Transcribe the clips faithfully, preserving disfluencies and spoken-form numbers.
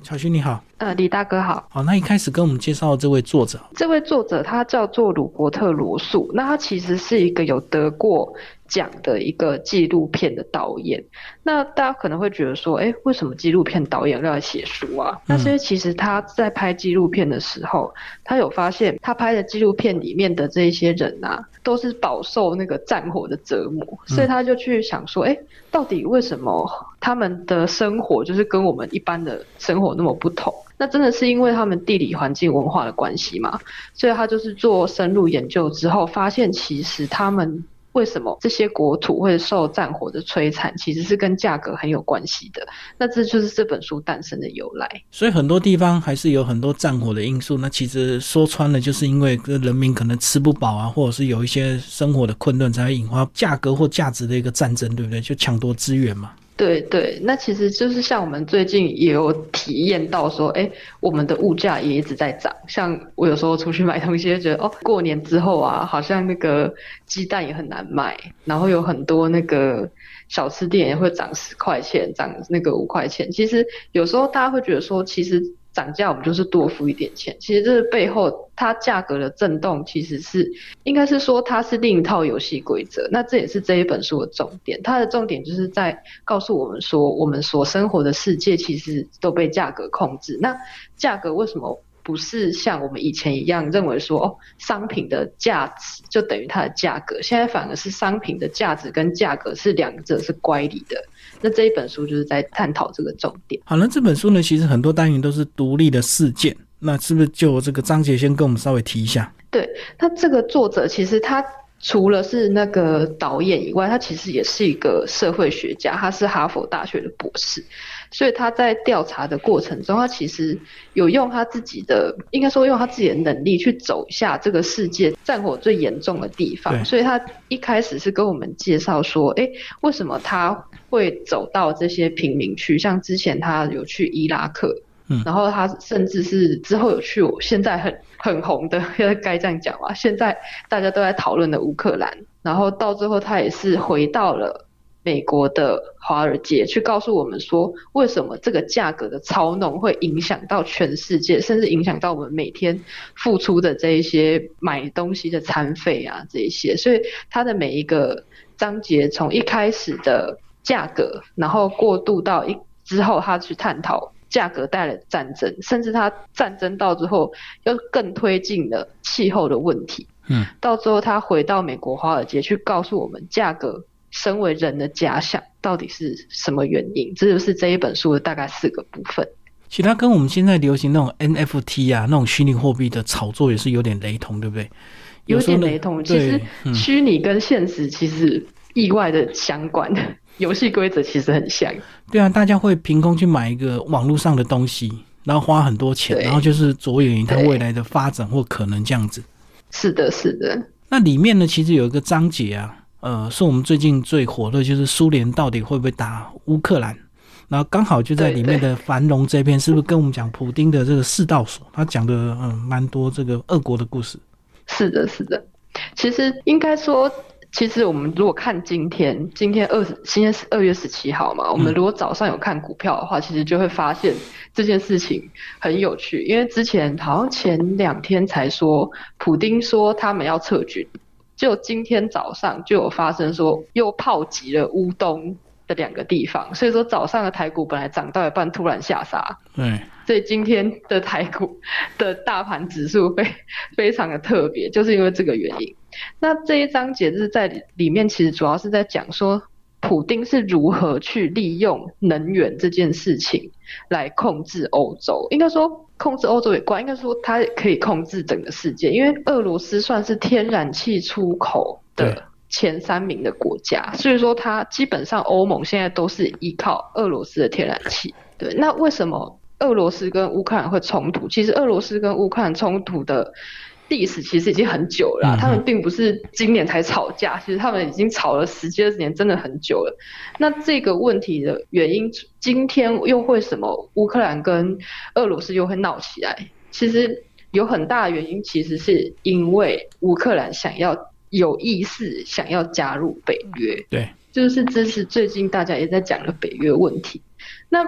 巧勋你好。 呃，李大哥好。 好，那一开始跟我们介绍这位作者。 这位作者他叫做鲁伯特·罗素，那他其实是一个有得过奖的一个纪录片的导演。那大家可能会觉得说，诶，为什么纪录片导演要来写书啊？那是因为其实他在拍纪录片的时候，他有发现他拍的纪录片里面的这些人啊，都是饱受那个战火的折磨，所以他就去想说，诶，到底为什么他们的生活就是跟我们一般的生活那么不同？那真的是因为他们地理环境文化的关系嘛？所以他就是做深入研究之后，发现其实他们为什么这些国土会受战火的摧残，其实是跟价格很有关系的。那这就是这本书诞生的由来。 所以很多地方还是有很多战火的因素，那其实说穿了就是因为人民可能吃不饱啊，或者是有一些生活的困顿，才会引发价格或价值的一个战争，对不对？就抢夺资源嘛。 对对，那其实就是像我们最近也有体验到说，诶，我们的物价也一直在涨。像我有时候出去买东西就觉得，哦，过年之后啊，好像那个鸡蛋也很难卖，然后有很多那个小吃店也会涨十块钱，涨那个五块钱。其实有时候大家会觉得说，其实涨价我们就是多付一点钱，其实这背后它价格的震动其实是应该是说它是另一套游戏规则。那这也是这一本书的重点，它的重点就是在告诉我们说，我们所生活的世界其实都被价格控制。那价格为什么不是像我们以前一样认为说，哦，商品的价值就等于它的价格，现在反而是商品的价值跟价格是两者是乖离的。那这一本书就是在探讨这个重点。 好，那这本书呢，其实很多单元都是独立的事件，那是不是就这个章节先跟我们稍微提一下？ 对，那这个作者其实他除了是那个导演以外，他其实也是一个社会学家，他是哈佛大学的博士。所以他在调查的过程中，他其实有用他自己的，应该说用他自己的能力去走一下这个世界战火最严重的地方。所以他一开始是跟我们介绍说，诶，为什么他会走到这些贫民区，像之前他有去伊拉克，嗯，然后他甚至是之后有去我现在很很红的，该这样讲吧，现在大家都在讨论的乌克兰，然后到最后他也是回到了美国的华尔街，去告诉我们说，为什么这个价格的操弄会影响到全世界，甚至影响到我们每天付出的这一些买东西的餐费啊，这一些。所以他的每一个章节从一开始的价格，然后过渡到一之后他去探讨价格带来的战争，甚至他战争到之后又更推进了气候的问题。嗯，到最后他回到美国华尔街去告诉我们价格身为人的假想到底是什么原因，这就是这一本书的大概四个部分。 其实它跟我们现在流行那种 N F T 啊，那种虚拟货币的炒作也是有点雷同，对不对？ 有点雷同。其实虚拟跟现实其实意外的相关的游戏规则其实很像。 对啊，大家会凭空去买一个网络上的东西，然后花很多钱，然后就是着眼于它未来的发展或可能这样子。 是的，是的。 那里面呢，其实有一个章节啊，呃，是我们最近最火的，就是苏联到底会不会打乌克兰？然后刚好就在里面的繁荣这篇，是不是跟我们讲普丁的这个世道所？他讲的嗯蛮多这个俄国的故事。 是的，是的。其实应该说，其实我们如果看今天，今天二今天是二月十七号嘛，我们如果早上有看股票的话，其实就会发现这件事情很有趣，因为之前好像前两天才说，普丁说他们要撤军。就今天早上就有发生说又炮击了乌东的两个地方，所以说早上的台股本来涨到一半突然下杀，对，所以今天的台股的大盘指数非非常的特别，就是因为这个原因。那这一章节是在里面其实主要是在讲说普丁是如何去利用能源这件事情来控制欧洲，应该说控制欧洲也怪，应该说它可以控制整个世界，因为俄罗斯算是天然气出口的前三名的国家，所以说它基本上欧盟现在都是依靠俄罗斯的天然气。对，那为什么俄罗斯跟乌克兰会冲突？其实俄罗斯跟乌克兰冲突的历史其实已经很久了啦，他们并不是今年才吵架，其实他们已经吵了十几二十年，真的很久了。那这个问题的原因，今天又为什么乌克兰跟俄罗斯又会闹起来？其实有很大的原因，其实是因为乌克兰想要有意识想要加入北约，对，就是支持最近大家也在讲的北约问题。那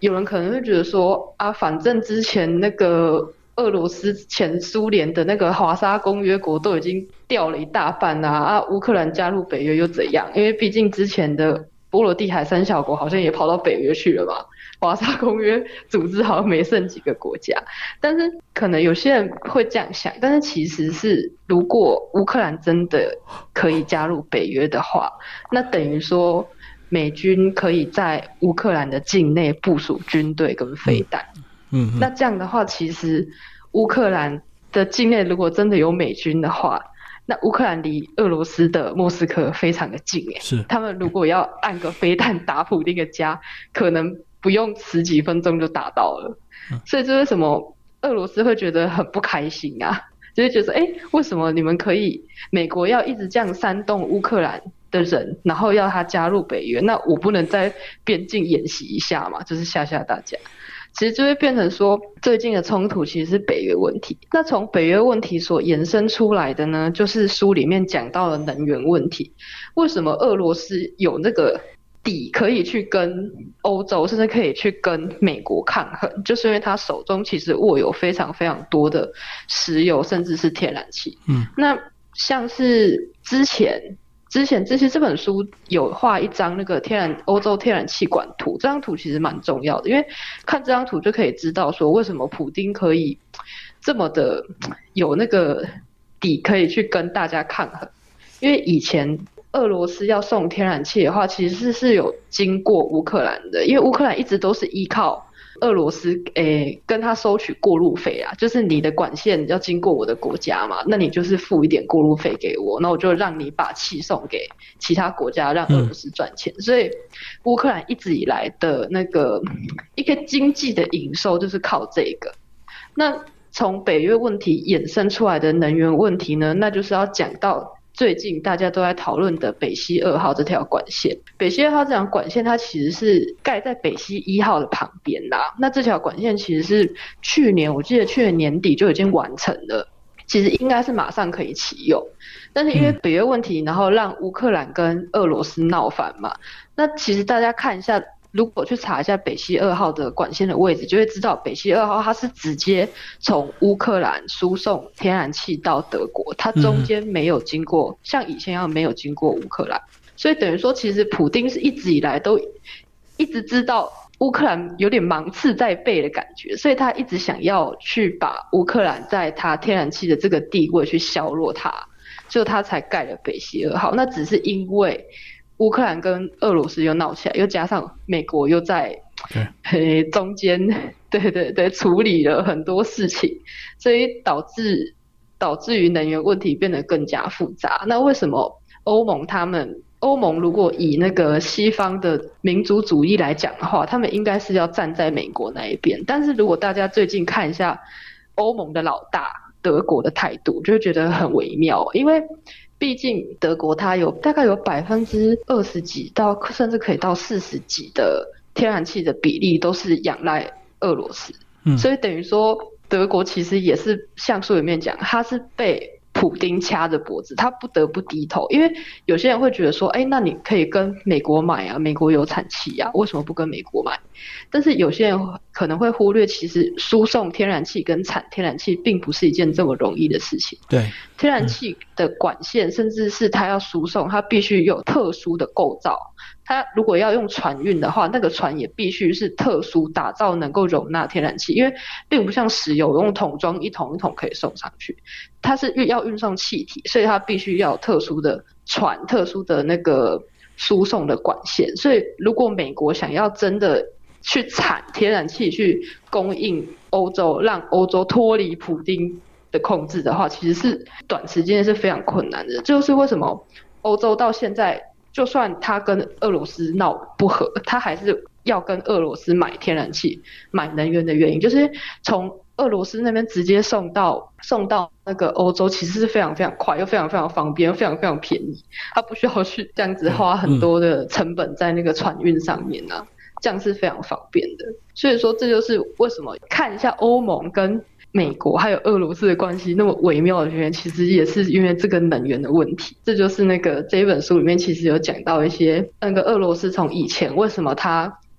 有人可能会觉得说啊，反正之前那个俄罗斯前苏联的那个华沙公约国都已经掉了一大半啦，啊，啊乌克兰加入北约又怎样？因为毕竟之前的波罗的海三小国好像也跑到北约去了嘛，华沙公约组织好像没剩几个国家。但是可能有些人会这样想，但是其实是如果乌克兰真的可以加入北约的话，那等于说美军可以在乌克兰的境内部署军队跟飞弹。 嗯嗯， 那这样的话，其实乌克兰的境内如果真的有美军的话，那乌克兰离俄罗斯的莫斯科非常的近诶， 是他们如果要按个飞弹打普丁的家，可能不用十几分钟就打到了。 嗯、 所以这为什么俄罗斯会觉得很不开心啊？就是觉得，哎，为什么你们可以，美国要一直这样煽动乌克兰的人，然后要他加入北约，那我不能在边境演习一下嘛？就是吓吓大家。其实就会变成说，最近的冲突其实是北约问题。那从北约问题所延伸出来的呢，就是书里面讲到的能源问题。为什么俄罗斯有那个底可以去跟欧洲，甚至可以去跟美国抗衡，就是因为他手中其实握有非常非常多的石油，甚至是天然气。 嗯， 那像是之前。之前这些这本书有画一张那个天然欧洲天然气管图，这张图其实蛮重要的，因为看这张图就可以知道说为什么普丁可以这么的有那个底可以去跟大家抗衡。因为以前俄罗斯要送天然气的话，其实是有经过乌克兰的，因为乌克兰一直都是依靠俄罗斯诶跟他收取过路费啊，就是你的管线要经过我的国家嘛，那你就是付一点过路费给我，那我就让你把气送给其他国家，让俄罗斯赚钱。嗯、所以乌克兰一直以来的那个一个经济的营收就是靠这个。那从北约问题衍生出来的能源问题呢，那就是要讲到最近大家都在讨论的北溪二号这条管线。北溪二号这条管线它其实是盖在北溪一号的旁边啦。那这条管线其实是去年我记得去年年底就已经完成了，其实应该是马上可以启用。但是因为北约问题，然后让乌克兰跟俄罗斯闹翻嘛。那其实大家看一下，如果去查一下北溪二号的管线的位置，就会知道北溪二号它是直接从乌克兰输送天然气到德国，它中间没有经过、嗯、像以前一样没有经过乌克兰。所以等于说其实普丁是一直以来都一直知道乌克兰有点芒刺在背的感觉，所以他一直想要去把乌克兰在他天然气的这个地位去削弱它，就他才盖了北溪二号。那只是因为乌克兰跟俄罗斯又闹起来，又加上美国又在呃中间，对对对，处理了很多事情，所以导致导致于能源问题变得更加复杂。那为什么欧盟他们欧盟如果以那个西方的民族主义来讲的话，他们应该是要站在美国那一边。但是如果大家最近看一下欧盟的老大德国的态度，就会觉得很微妙，因为毕竟德国它有大概有百分之二十几到甚至可以到四十几的天然气的比例都是仰赖俄罗斯，嗯，所以等于说德国其实也是像书里面讲，它是被普丁掐着脖子，他不得不低头。因为有些人会觉得说，哎，那你可以跟美国买啊，美国有产气啊，为什么不跟美国买？但是有些人可能会忽略，其实输送天然气跟产天然气并不是一件这么容易的事情。 对， 天然气的管线，甚至是它要输送，它必须有特殊的构造。它如果要用船运的话，那个船也必须是特殊打造，能够容纳天然气，因为并不像石油用桶装一桶一桶可以送上去，它是要运送气体，所以它必须要有特殊的船、特殊的那个输送的管线。所以如果美国想要真的去产天然气去供应欧洲，让欧洲脱离普丁的控制的话，其实是短时间是非常困难的。就是为什么欧洲到现在，就算他跟俄罗斯闹不和，他还是要跟俄罗斯买天然气、买能源的原因，就是从俄罗斯那边直接送到送到那个欧洲，其实是非常非常快，又非常非常方便，又非常非常便宜，他不需要去这样子花很多的成本在那个船运上面啊，这样是非常方便的。所以说这就是为什么看一下欧盟跟美国还有俄罗斯的关系那么微妙的原因，其实也是因为这个能源的问题。这就是那个这一本书里面其实有讲到一些那个俄罗斯从以前为什么他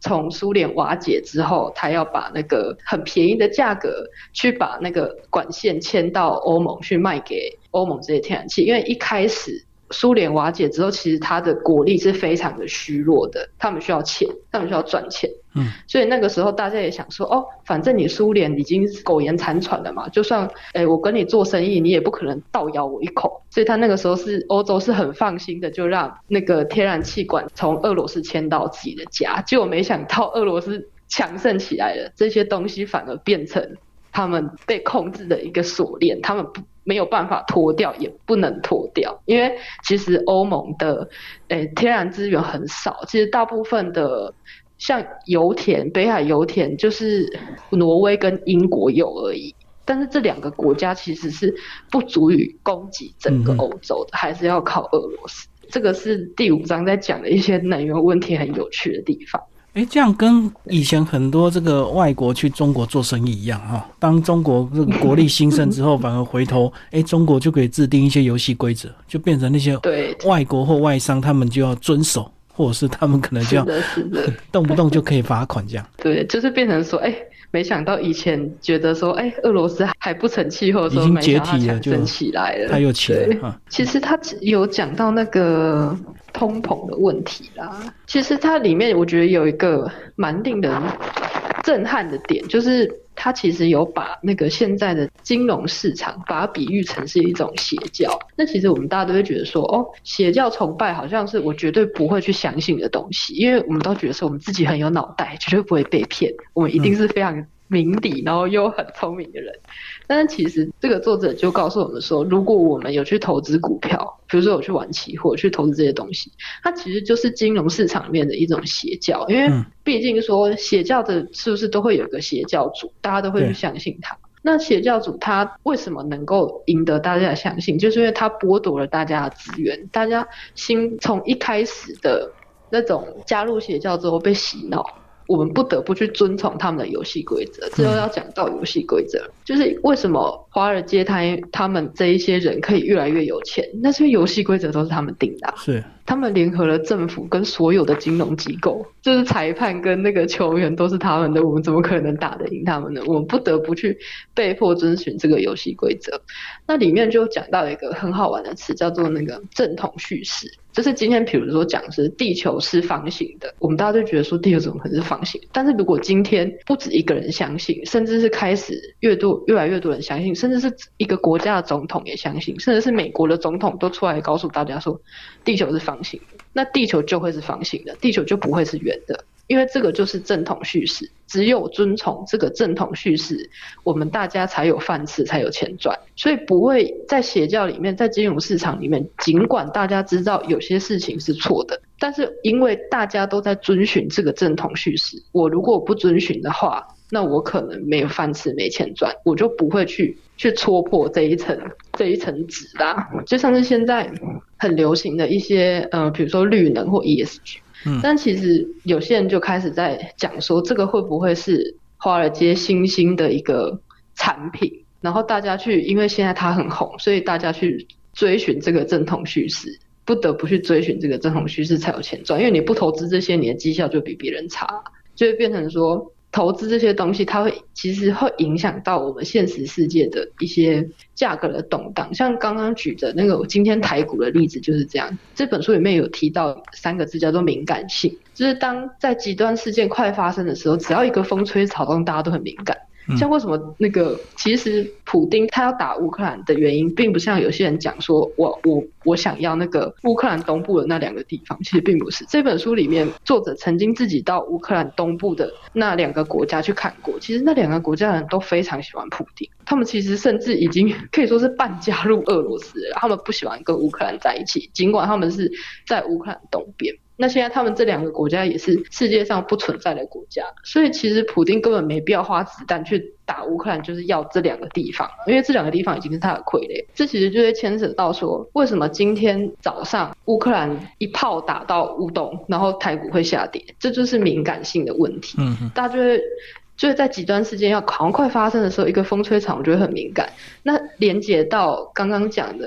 从苏联瓦解之后，他要把那个很便宜的价格去把那个管线迁到欧盟去卖给欧盟这些天然气，因为一开始苏联瓦解之后，其实它的国力是非常的虚弱的，他们需要钱，他们需要赚钱。嗯，所以那个时候大家也想说，哦，反正你苏联已经苟延残喘了嘛，就算诶我跟你做生意，你也不可能倒咬我一口。所以他那个时候是欧洲是很放心的，就让那个天然气管从俄罗斯迁到自己的家。结果没想到俄罗斯强盛起来了，这些东西反而变成他们被控制的一个锁链，他们不没有办法脱掉，也不能脱掉。因为其实欧盟的诶天然资源很少，其实大部分的像油田，北海油田就是挪威跟英国有而已，但是这两个国家其实是不足以供给整个欧洲的，嗯、还是要靠俄罗斯。这个是第五章在讲的一些能源问题很有趣的地方。 哎，这样跟以前很多这个外国去中国做生意一样哈。当中国这个国力兴盛之后，反而回头，哎，中国就可以制定一些游戏规则，就变成那些外国或外商他们就要遵守，或者是他们可能就要动不动就可以罚款这样。 对，就是变成说，哎，没想到以前觉得说，哎，俄罗斯还不成气候的时候， 已经解体了，就起来了， 他又起来了。 其实他有讲到那个通膨的问题啦，其实它里面我觉得有一个蛮令人震撼的点，就是它其实有把那个现在的金融市场把它比喻成是一种邪教。那其实我们大家都会觉得说，哦，邪教崇拜好像是我绝对不会去相信的东西，因为我们都觉得说我们自己很有脑袋，绝对不会被骗，我们一定是非常明理然后又很聪明的人。但是其实这个作者就告诉我们说，如果我们有去投资股票，比如说有去玩期货，去投资这些东西，它其实就是金融市场里面的一种邪教。因为毕竟说邪教的是不是都会有一个邪教主，大家都会去相信他。那邪教主他为什么能够赢得大家的相信，就是因为他剥夺了大家的资源，大家心从一开始的那种加入邪教之后被洗脑，我们不得不去遵从他们的游戏规则。之后要讲到游戏规则，就是为什么华尔街他他们这一些人可以越来越有钱，那是因为游戏规则都是他们定的、啊， 是他们联合了政府跟所有的金融机构，就是裁判跟那个球员都是他们的，我们怎么可能打得赢他们呢？我们不得不去被迫遵循这个游戏规则。那里面就讲到一个很好玩的词，叫做那个正统叙事。就是今天比如说讲是地球是方形的，我们大家就觉得说地球怎么可能是方形的，但是如果今天不止一个人相信，甚至是开始越多越来越多人相信，甚至是一个国家的总统也相信，甚至是美国的总统都出来告诉大家说地球是方形的，那地球就会是方形的，地球就不会是圆的。因为这个就是正统叙事，只有遵从这个正统叙事，我们大家才有饭吃，才有钱赚。所以不会在邪教里面，在金融市场里面，尽管大家知道有些事情是错的，但是因为大家都在遵循这个正统叙事，我如果不遵循的话，那我可能没有饭吃，没钱赚，我就不会去去戳破这一层这一层纸啦。就像是现在很流行的一些呃，比如说绿能或 E S G。但其实有些人就开始在讲说，这个会不会是华尔街新兴的一个产品，然后大家去，因为现在它很红，所以大家去追寻这个正统叙事，不得不去追寻这个正统叙事才有钱赚，因为你不投资这些，你的绩效就比别人差，就会变成说投资这些东西，它会其实会影响到我们现实世界的一些价格的动荡。像刚刚举的那个今天台股的例子就是这样。这本书里面有提到三个字叫做敏感性，就是当在极端事件快发生的时候，只要一个风吹草动，大家都很敏感。像为什么那个其实普丁他要打乌克兰的原因，并不像有些人讲说我我我想要那个乌克兰东部的那两个地方，其实并不是。这本书里面作者曾经自己到乌克兰东部的那两个国家去看过，其实那两个国家的人都非常喜欢普丁，他们其实甚至已经可以说是半加入俄罗斯了，他们不喜欢跟乌克兰在一起，尽管他们是在乌克兰东边。那现在他们这两个国家也是世界上不存在的国家，所以其实普丁根本没必要花子弹去打乌克兰，就是要这两个地方，因为这两个地方已经是他的傀儡。这其实就会牵扯到说，为什么今天早上乌克兰一炮打到乌东，然后台股会下跌，这就是敏感性的问题。嗯，大家就会就是在极端事件要好像快发生的时候，一个风吹草动就会很敏感。那连接到刚刚讲的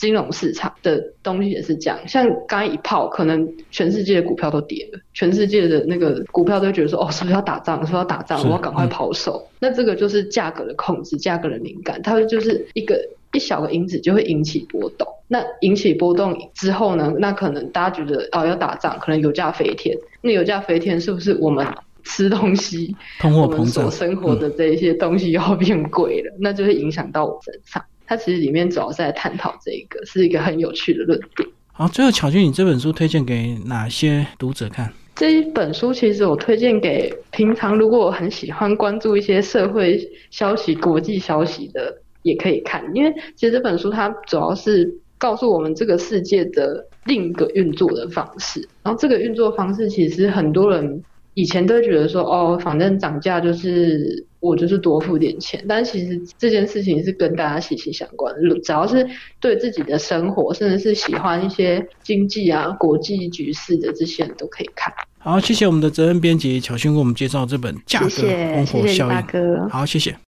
金融市场的东西也是这样，像刚才一炮，可能全世界的股票都跌了，全世界的那个股票都会觉得说，哦，是不是要打仗？是不是要打仗？我要赶快抛售。嗯、那这个就是价格的控制，价格的敏感，它就是一个一小个因子就会引起波动。那引起波动之后呢，那可能大家觉得哦要打仗，可能油价飞天。那油价飞天，是不是我们吃东西， 通货膨胀， 我们所生活的这一些东西要变贵了，嗯、那就会影响到我身上。它其实里面主要是在探讨这一个，是一个很有趣的论点。 好，最后巧君，你这本书推荐给哪些读者看？ 这一本书其实我推荐给平常如果我很喜欢关注一些社会消息、国际消息的也可以看，因为其实这本书它主要是告诉我们这个世界的另一个运作的方式。然后这个运作方式其实很多人以前都会觉得说，哦，反正涨价就是我就是多付点钱，但其实这件事情是跟大家息息相关的。只要是对自己的生活，甚至是喜欢一些经济啊、国际局势的这些人都可以看。 好，谢谢我们的责任编辑巧勋为我们介绍这本《价格烽火效应》。 谢谢大哥。 好，谢谢。